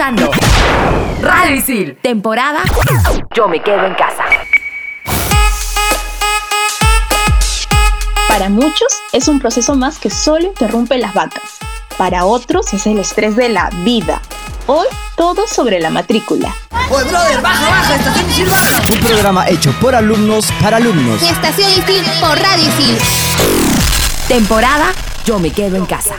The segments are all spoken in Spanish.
escuchando Radio Isil, temporada Yo me quedo en casa. Para muchos es un proceso más que solo interrumpe las vacas. Para otros es el estrés de la vida. Hoy todo sobre la matrícula. ¡Oye, brother! ¡Baja! ¡Estación Isil baja! Un programa hecho por alumnos para alumnos. Estación Isil por Radio Isil. Temporada Yo me quedo en casa.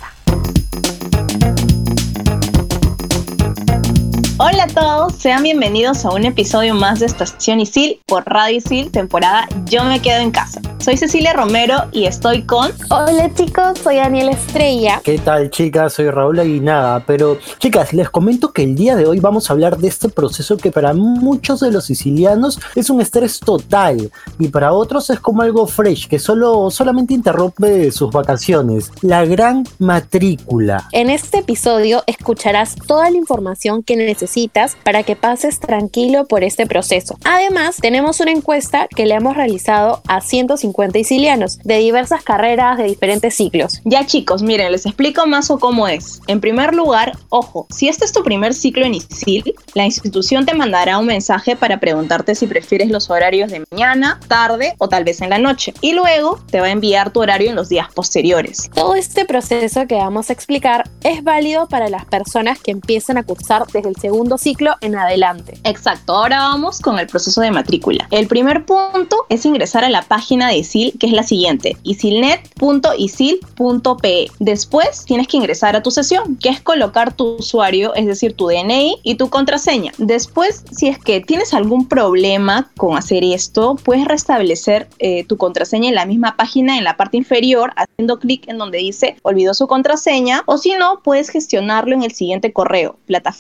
Hola a todos, sean bienvenidos a un episodio más de Estación Isil por Radio Isil, temporada Yo me quedo en casa. Soy Cecilia Romero y estoy con... Hola chicos, soy Daniela Estrella. ¿Qué tal, chicas? Soy Raúl Aguinaga. Pero, chicas, les comento que el día de hoy vamos a hablar de este proceso que para muchos de los sicilianos es un estrés total y para otros es como algo fresh que solamente interrumpe sus vacaciones. La gran matrícula. En este episodio escucharás toda la información que necesitas para que pases tranquilo por este proceso. Además, tenemos una encuesta que le hemos realizado a 150 isilianos de diversas carreras de diferentes ciclos. Ya chicos, miren, les explico más o cómo es. En primer lugar, ojo, si este es tu primer ciclo en Isil, la institución te mandará un mensaje para preguntarte si prefieres los horarios de mañana, tarde o tal vez en la noche. Y luego te va a enviar tu horario en los días posteriores. Todo este proceso que vamos a explicar es válido para las personas que empiezan a cursar desde el segundo ciclo en adelante. Exacto, ahora vamos con el proceso de matrícula. El primer punto es ingresar a la página de Isil, que es la siguiente, isilnet.isil.pe. Después tienes que ingresar a tu sesión, que es colocar tu usuario, es decir, tu DNI y tu contraseña. Después, si es que tienes algún problema con hacer esto, puedes restablecer tu contraseña en la misma página, en la parte inferior, haciendo clic en donde dice olvidó su contraseña, o si no, puedes gestionarlo en el siguiente correo,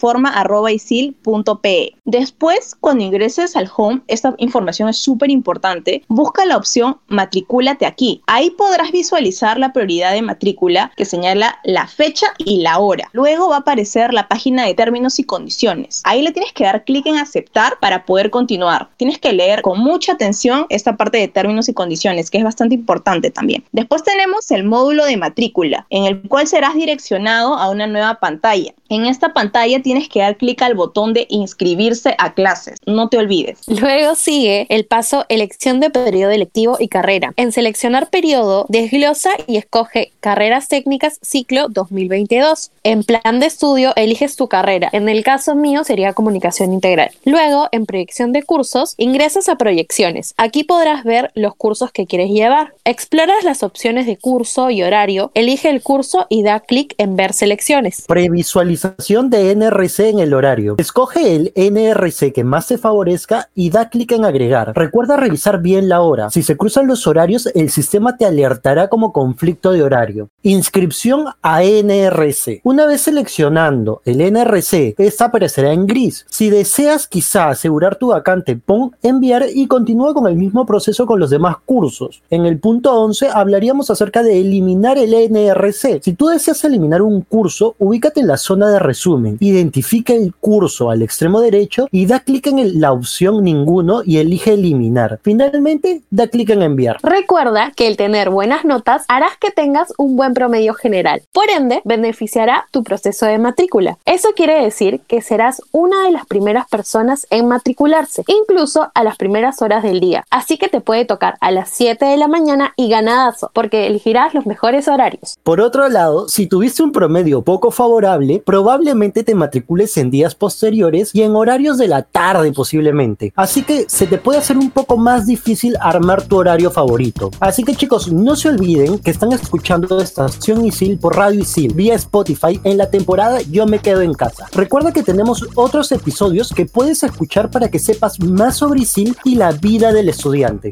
plataforma@isil.pe. Después, cuando ingreses al home, esta información es súper importante, busca la opción Matricúlate aquí. Ahí podrás visualizar la prioridad de matrícula que señala la fecha y la hora. Luego va a aparecer la página de términos y condiciones. Ahí le tienes que dar clic en aceptar para poder continuar. Tienes que leer con mucha atención esta parte de términos y condiciones, que es bastante importante también. Después tenemos el módulo de matrícula, en el cual serás direccionado a una nueva pantalla. En esta pantalla tienes que dar clic al botón de inscribirse a clases. No te olvides. Luego sigue el paso elección de periodo electivo y carrera. En seleccionar periodo, desglosa y escoge carreras técnicas ciclo 2022. En plan de estudio, eliges tu carrera. En el caso mío sería comunicación integral. Luego, en proyección de cursos, ingresas a proyecciones. Aquí podrás ver los cursos que quieres llevar. Exploras las opciones de curso y horario, elige el curso y da clic en ver selecciones. Previsualización de NRC en el horario. Escoge el NRC que más te favorezca y da clic en agregar. Recuerda revisar bien la hora. Si se cruzan los horarios, el sistema te alertará como conflicto de horario. Inscripción a NRC. Una vez seleccionando el NRC, esta aparecerá en gris. Si deseas quizá asegurar tu vacante, pon enviar y continúa con el mismo proceso con los demás cursos. En el punto 11 hablaríamos acerca de eliminar el NRC. Si tú deseas eliminar un curso, ubícate en la zona de resumen, identifica el curso al extremo derecho y da clic en la opción ninguno y elige eliminar. Finalmente, da clic en enviar. Recuerda que el tener buenas notas harás que tengas un buen promedio general. Por ende, beneficiará tu proceso de matrícula. Eso quiere decir que serás una de las primeras personas en matricularse, incluso a las primeras horas del día. Así que te puede tocar a las 7 de la mañana y ganadazo, porque elegirás los mejores horarios. Por otro lado, si tuviste un promedio poco favorable, probablemente te matricules en días posteriores y en horarios de la tarde posiblemente. Así que se te puede hacer un poco más difícil armar tu horario favorito. Así que chicos, no se olviden que están escuchando Estación Isil por Radio Isil vía Spotify en la temporada Yo me quedo en casa. Recuerda que tenemos otros episodios que puedes escuchar para que sepas más sobre Isil y la vida del estudiante.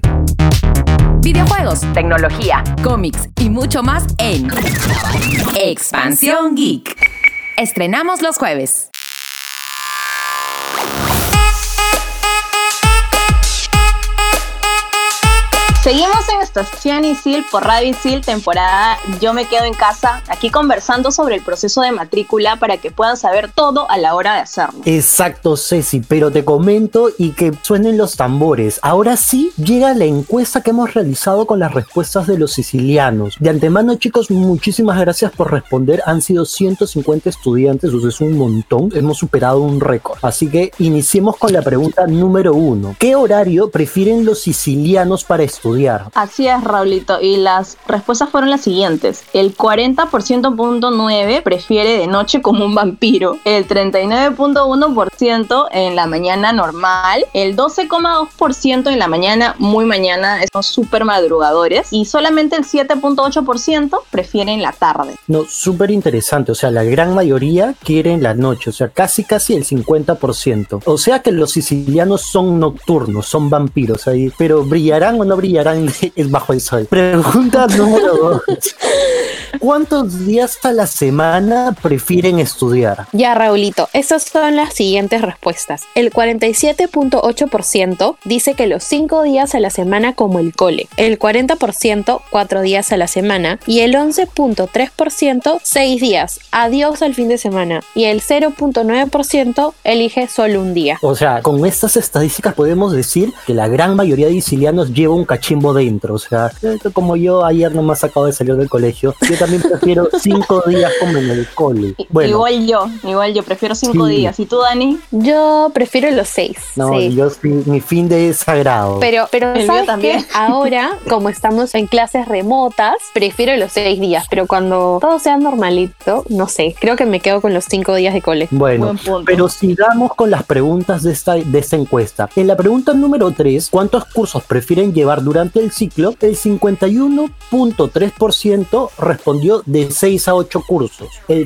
Videojuegos, tecnología, cómics y mucho más en Expansión Geek. Estrenamos los jueves. Seguimos en Estación Isil por Radio Isil, temporada Yo me quedo en casa, aquí conversando sobre el proceso de matrícula para que puedan saber todo a la hora de hacerlo. Exacto, Ceci, pero te comento y que suenen los tambores. Ahora sí llega la encuesta que hemos realizado con las respuestas de los sicilianos. De antemano, chicos, muchísimas gracias por responder. Han sido 150 estudiantes, o sea, es un montón. Hemos superado un récord. Así que iniciemos con la pregunta número 1. ¿Qué horario prefieren los sicilianos para estudiar? Así es, Raulito, y las respuestas fueron las siguientes. El 40.9% prefiere de noche como un vampiro, el 39.1% en la mañana normal, el 12.2% en la mañana muy mañana, son súper madrugadores, y solamente el 7.8% prefieren la tarde. No, súper interesante, o sea, la gran mayoría quieren la noche, o sea, casi el 50%. O sea que los sicilianos son nocturnos, son vampiros ahí, pero ¿brillarán o no brillarán bajo el sol? Pregunta número 2. ¿Cuántos días a la semana prefieren estudiar? Ya, Raulito, esas son las siguientes respuestas. El 47.8% dice que los 5 días a la semana como el cole, el 40% 4 días a la semana y el 11.3% 6 días, adiós al fin de semana, y el 0.9% elige solo un día. O sea, con estas estadísticas podemos decir que la gran mayoría de sicilianos lleva un cachimbo dentro. O sea, como yo ayer nomás acabo de salir del colegio, yo también prefiero 5 días como en el cole. Bueno, igual yo prefiero 5 días. ¿Y tú, Dani? Yo prefiero los 6. No, sí. Yo sí, mi fin de es sagrado. Pero el ¿sabes también? qué? Ahora, como estamos en clases remotas, prefiero los 6 días, pero cuando todo sea normalito, no sé, creo que me quedo con los 5 días de cole. Bueno, pero sigamos con las preguntas de esta encuesta. En la pregunta número 3, ¿cuántos cursos prefieren llevar durante el ciclo? El 51.3% respondió de 6 a 8 cursos. El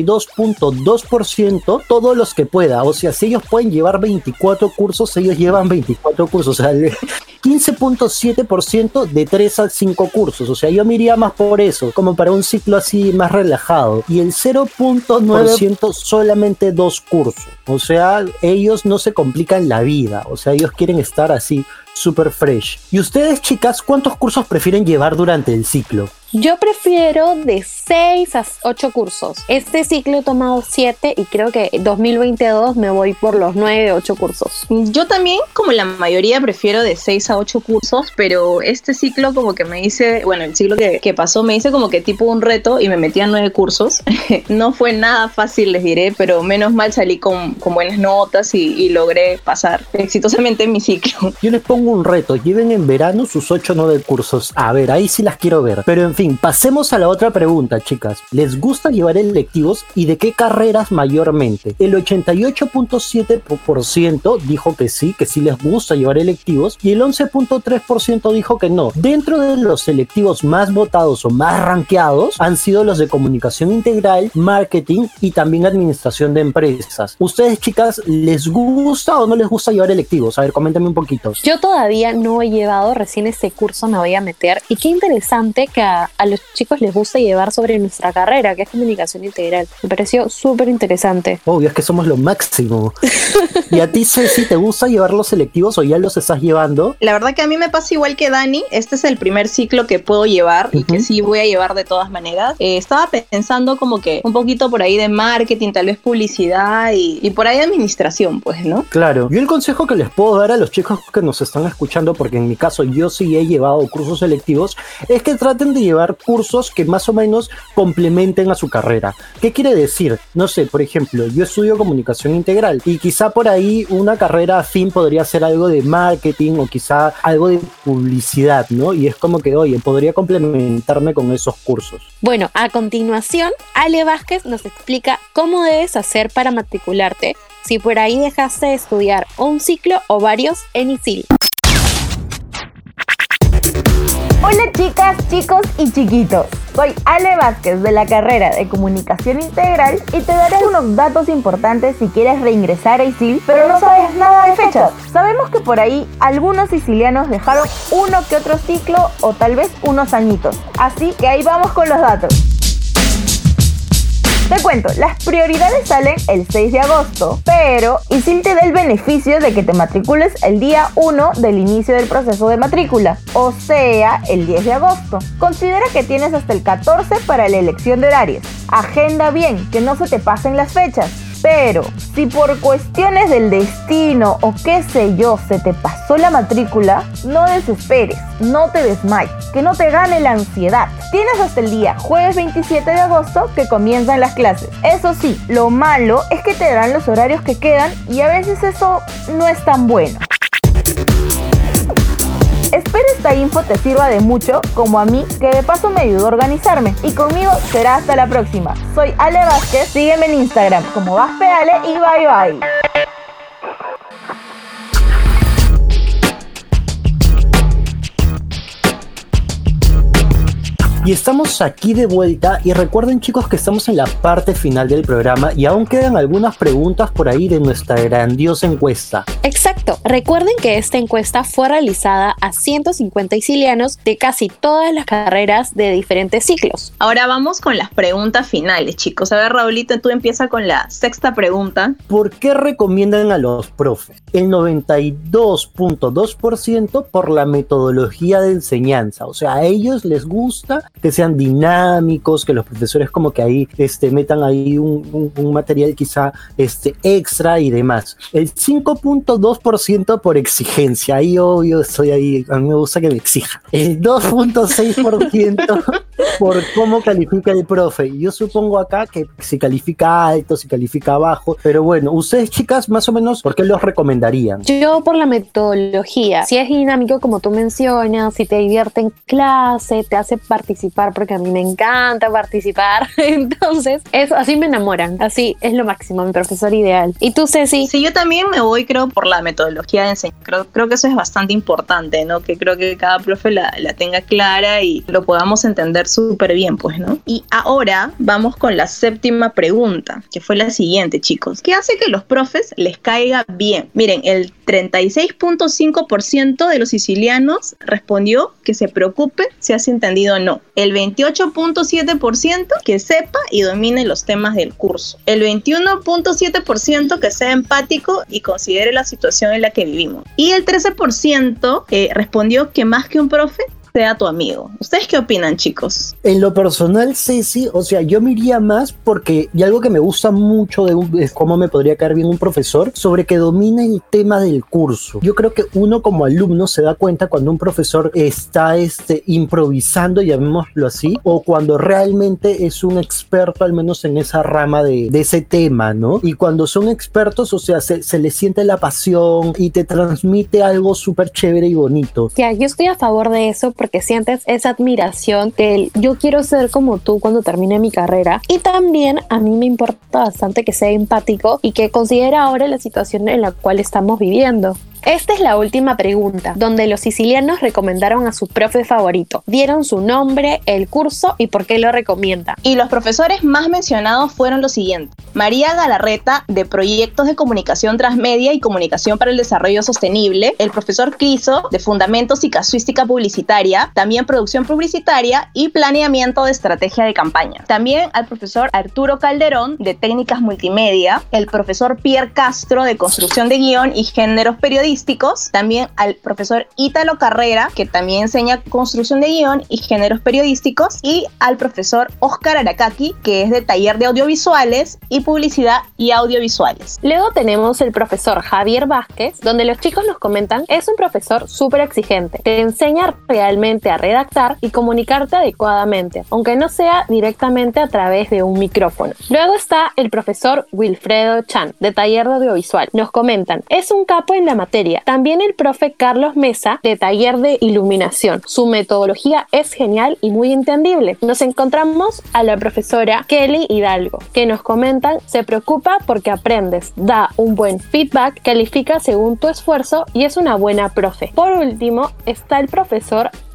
32.2% todos los que pueda. O sea, si ellos pueden llevar 24 cursos, ellos llevan 24 cursos. O sea, el 15.7% de 3 a 5 cursos. O sea, yo me iría más por eso, como para un ciclo así más relajado. Y el 0.9% solamente 2 cursos. O sea, ellos no se complican la vida. O sea, ellos quieren estar así super fresh. ¿Y ustedes, chicas, cuántos cursos prefieren llevar durante el ciclo? Yo prefiero de 6 a 8 cursos. Este ciclo he tomado 7 y creo que 2022 me voy por los 9, 8 cursos. Yo también, como la mayoría, prefiero de 6 a 8 cursos, pero este ciclo como que me hice, bueno, el ciclo que pasó me hice como que tipo un reto y me metí a 9 cursos. No fue nada fácil, les diré, pero menos mal salí con buenas notas y logré pasar exitosamente mi ciclo. Yo les pongo un reto, lleven en verano sus 8 o 9 cursos. A ver, ahí sí las quiero ver. Pero en fin, pasemos a la otra pregunta, chicas. ¿Les gusta llevar electivos y de qué carreras mayormente? El 88.7% dijo que sí les gusta llevar electivos y el 11.3% dijo que no. Dentro de los electivos más votados o más rankeados han sido los de comunicación integral, marketing y también administración de empresas. ¿Ustedes, chicas, les gusta o no les gusta llevar electivos? A ver, coméntame un poquito. Yo todavía no he llevado, recién este curso me voy a meter y qué interesante que a los chicos les gusta llevar sobre nuestra carrera, que es comunicación integral. Me pareció súper interesante. Obvio, es que somos lo máximo. ¿Y a ti, Ceci, te gusta llevar los selectivos o ya los estás llevando? La verdad que a mí me pasa igual que Dani. Este es el primer ciclo que puedo llevar y que sí voy a llevar de todas maneras. Estaba pensando como que un poquito por ahí de marketing, tal vez publicidad y por ahí administración, pues, ¿no? Claro. Yo el consejo que les puedo dar a los chicos que nos están escuchando, porque en mi caso yo sí he llevado cursos selectivos, es que traten de llevar cursos que más o menos complementen a su carrera. ¿Qué quiere decir? No sé, por ejemplo, yo estudio comunicación integral y quizá por ahí una carrera afín podría ser algo de marketing o quizá algo de publicidad, ¿no? Y es como que, oye, podría complementarme con esos cursos. Bueno, a continuación, Ale Vázquez nos explica cómo debes hacer para matricularte si por ahí dejaste de estudiar un ciclo o varios en Isil. Hola chicas, chicos y chiquitos. Soy Ale Vázquez de la carrera de Comunicación Integral y te daré unos datos importantes si quieres reingresar a Isil, pero no sabes nada de fechas. Sabemos que por ahí algunos sicilianos dejaron uno que otro ciclo o tal vez unos añitos. Así que ahí vamos con los datos. Te cuento, las prioridades salen el 6 de agosto, pero ISIL te da el beneficio de que te matricules el día 1 del inicio del proceso de matrícula, o sea, el 10 de agosto. Considera que tienes hasta el 14 para la elección de horarios. Agenda bien, que no se te pasen las fechas. Pero si por cuestiones del destino o qué sé yo se te pasó la matrícula, no desesperes, no te desmayes, que no te gane la ansiedad. Tienes hasta el día jueves 27 de agosto que comienzan las clases. Eso sí, lo malo es que te darán los horarios que quedan y a veces eso no es tan bueno. Espero esta info te sirva de mucho, como a mí, que de paso me ayudó a organizarme. Y conmigo será hasta la próxima. Soy Ale Vázquez, sígueme en Instagram como VazpeAle y bye bye. Y estamos aquí de vuelta y recuerden chicos que estamos en la parte final del programa y aún quedan algunas preguntas por ahí de nuestra grandiosa encuesta. Exacto, recuerden que esta encuesta fue realizada a 150 isilianos de casi todas las carreras de diferentes ciclos. Ahora vamos con las preguntas finales, chicos. A ver, Raulito, tú empieza con la sexta pregunta. ¿Por qué recomiendan a los profes? El 92.2% por la metodología de enseñanza, o sea, a ellos les gusta que sean dinámicos, que los profesores como que ahí metan ahí un material quizá extra y demás. El 5.2% por exigencia, ahí obvio estoy ahí, a mí me gusta que me exijan. El 2.6% por cómo califica el profe. Yo supongo acá que si califica alto, si califica bajo, pero bueno, ustedes chicas más o menos, ¿por qué los recomendarían? Yo por la metodología, si es dinámico como tú mencionas, si te divierte en clase, te hace participar porque a mí me encanta participar, entonces eso, así me enamoran, así es lo máximo, mi profesor ideal. ¿Y tú, Ceci? Sí, yo también me voy, creo, por la metodología de enseñanza. Creo que eso es bastante importante, ¿no? Que creo que cada profe la tenga clara y lo podamos entender súper bien, pues, ¿no? Y ahora vamos con la séptima pregunta, que fue la siguiente, chicos. ¿Qué hace que los profes les caiga bien? Miren, el 36.5% de los sicilianos respondió que se preocupe si hace entendido o no. El 28.7% que sepa y domine los temas del curso. El 21.7% que sea empático y considere la situación en la que vivimos. Y el 13% respondió que más que un profe, sea tu amigo. ¿Ustedes qué opinan, chicos? En lo personal, Ceci, o sea, yo me iría más porque, y algo que me gusta mucho es cómo me podría caer bien un profesor, sobre que domine el tema del curso. Yo creo que uno como alumno se da cuenta cuando un profesor está improvisando, llamémoslo así, o cuando realmente es un experto, al menos en esa rama de ese tema, ¿no? Y cuando son expertos, o sea, se les siente la pasión y te transmite algo súper chévere y bonito. Ya, yo estoy a favor de eso porque sientes esa admiración del yo quiero ser como tú cuando termine mi carrera, y también a mí me importa bastante que sea empático y que considere ahora la situación en la cual estamos viviendo. Esta es la última pregunta, donde los sicilianos recomendaron a su profe favorito. Dieron su nombre, el curso y por qué lo recomiendan. Y los profesores más mencionados fueron los siguientes. María Galarreta, de Proyectos de Comunicación Transmedia y Comunicación para el Desarrollo Sostenible. El profesor Criso, de Fundamentos y Casuística Publicitaria. También Producción Publicitaria y Planeamiento de Estrategia de Campaña. También al profesor Arturo Calderón, de Técnicas Multimedia. El profesor Pierre Castro, de Construcción de Guión y Géneros Periodísticos. También al profesor Ítalo Carrera, que también enseña construcción de guión y géneros periodísticos, y al profesor Óscar Aracaki, que es de taller de audiovisuales y publicidad y audiovisuales. Luego tenemos el profesor Javier Vázquez, donde los chicos nos comentan, es un profesor súper exigente, te enseña realmente a redactar y comunicarte adecuadamente, aunque no sea directamente a través de un micrófono. Luego está el profesor Wilfredo Chan, de taller de audiovisual. Nos comentan, es un capo en la materia. También el profe Carlos Mesa, de taller de iluminación. Su metodología es genial y muy entendible. Nos encontramos a la profesora Kelly Hidalgo, que nos comentan, se preocupa porque aprendes, da un buen feedback, califica según tu esfuerzo y es una buena profe. Por último, está el profesor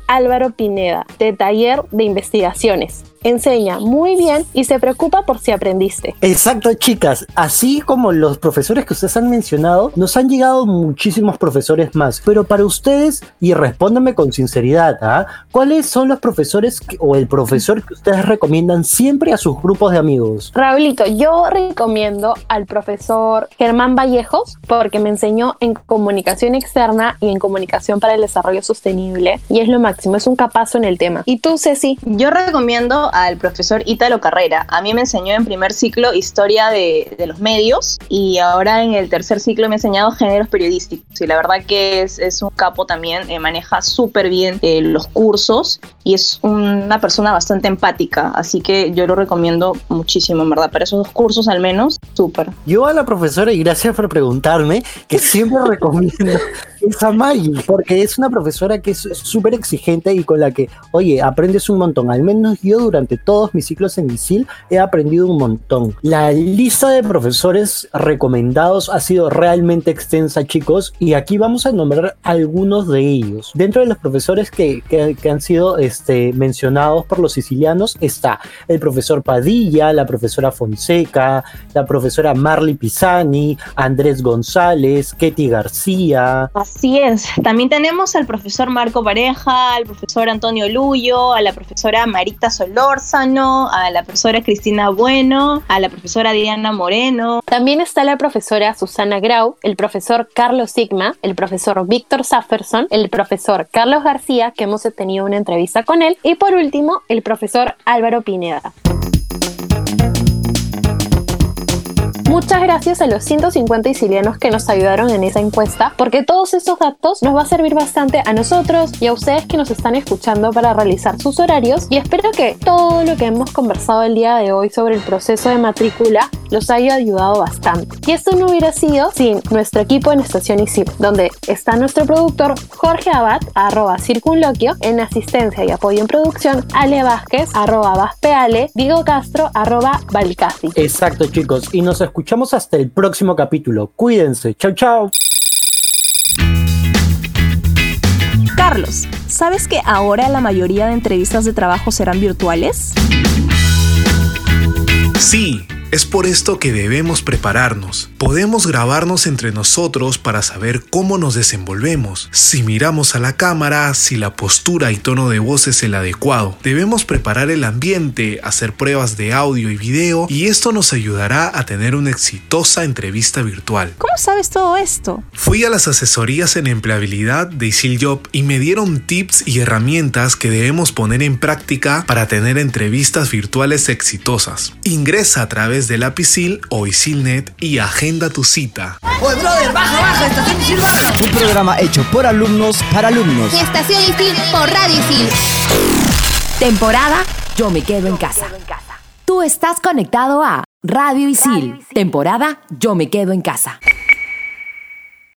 Álvaro Pineda, de Taller de Investigaciones. Enseña muy bien y se preocupa por si aprendiste. Exacto, chicas. Así como los profesores que ustedes han mencionado, nos han llegado muchísimos profesores más. Pero para ustedes, y respóndanme con sinceridad, ¿cuáles son los profesores o el profesor que ustedes recomiendan siempre a sus grupos de amigos? Raulito, yo recomiendo al profesor Germán Vallejos porque me enseñó en comunicación externa y en comunicación para el desarrollo sostenible y es lo máximo, es un capazo en el tema. ¿Y tú, Ceci? Yo recomiendo al profesor Ítalo Carrera. A mí me enseñó en primer ciclo historia de los medios y ahora en el tercer ciclo me ha enseñado géneros periodísticos y la verdad que es un capo también, maneja súper bien los cursos y es una persona bastante empática, así que yo lo recomiendo muchísimo, en verdad, para esos 2 cursos al menos, súper. Yo a la profesora, y gracias por preguntarme, que siempre recomiendo es a Maggie, porque es una profesora que es súper exigente y con la que, oye, aprendes un montón. Al menos yo durante todos mis ciclos en ISIL he aprendido un montón. La lista de profesores recomendados ha sido realmente extensa, chicos, y aquí vamos a nombrar algunos de ellos. Dentro de los profesores que han sido mencionados por los sicilianos está el profesor Padilla, la profesora Fonseca, la profesora Marley Pisani, Andrés González, Ketty García. Así es. También tenemos al profesor Marco Pareja, al profesor Antonio Luyo, a la profesora Marita Solórzano, a la profesora Cristina Bueno, a la profesora Diana Moreno. También está la profesora Susana Grau, el profesor Carlos Sigma, el profesor Víctor Safferson, el profesor Carlos García, que hemos tenido una entrevista con él, y por último, el profesor Álvaro Pineda. Muchas gracias a los 150 isilianos que nos ayudaron en esa encuesta, porque todos esos datos nos va a servir bastante a nosotros y a ustedes que nos están escuchando para realizar sus horarios, y espero que todo lo que hemos conversado el día de hoy sobre el proceso de matrícula los haya ayudado bastante. Y esto no hubiera sido sin nuestro equipo en Estación ISIL, donde está nuestro productor Jorge Abad, @circunloquio, en asistencia y apoyo en producción Ale Vázquez, @vaspeale, Diego Castro, @valcasi. Exacto, chicos, y nos escuchamos hasta el próximo capítulo. Cuídense. Chau, chau. Carlos, ¿sabes que ahora la mayoría de entrevistas de trabajo serán virtuales? Sí. Es por esto que debemos prepararnos. Podemos grabarnos entre nosotros para saber cómo nos desenvolvemos, si miramos a la cámara, si la postura y tono de voz es el adecuado. Debemos preparar el ambiente, hacer pruebas de audio y video, y esto nos ayudará a tener una exitosa entrevista virtual. ¿Cómo sabes todo esto? Fui a las asesorías en empleabilidad de ISIL Job y me dieron tips y herramientas que debemos poner en práctica para tener entrevistas virtuales exitosas. Ingresa a través de la ISIL o ISILNet y agenda tu cita. Oye, brother, baja, Estación ISIL baja. Un programa hecho por alumnos para alumnos. Estación ISIL por Radio ISIL. Temporada Yo me quedo en casa. Tú estás conectado a Radio ISIL. Temporada Yo me quedo en casa.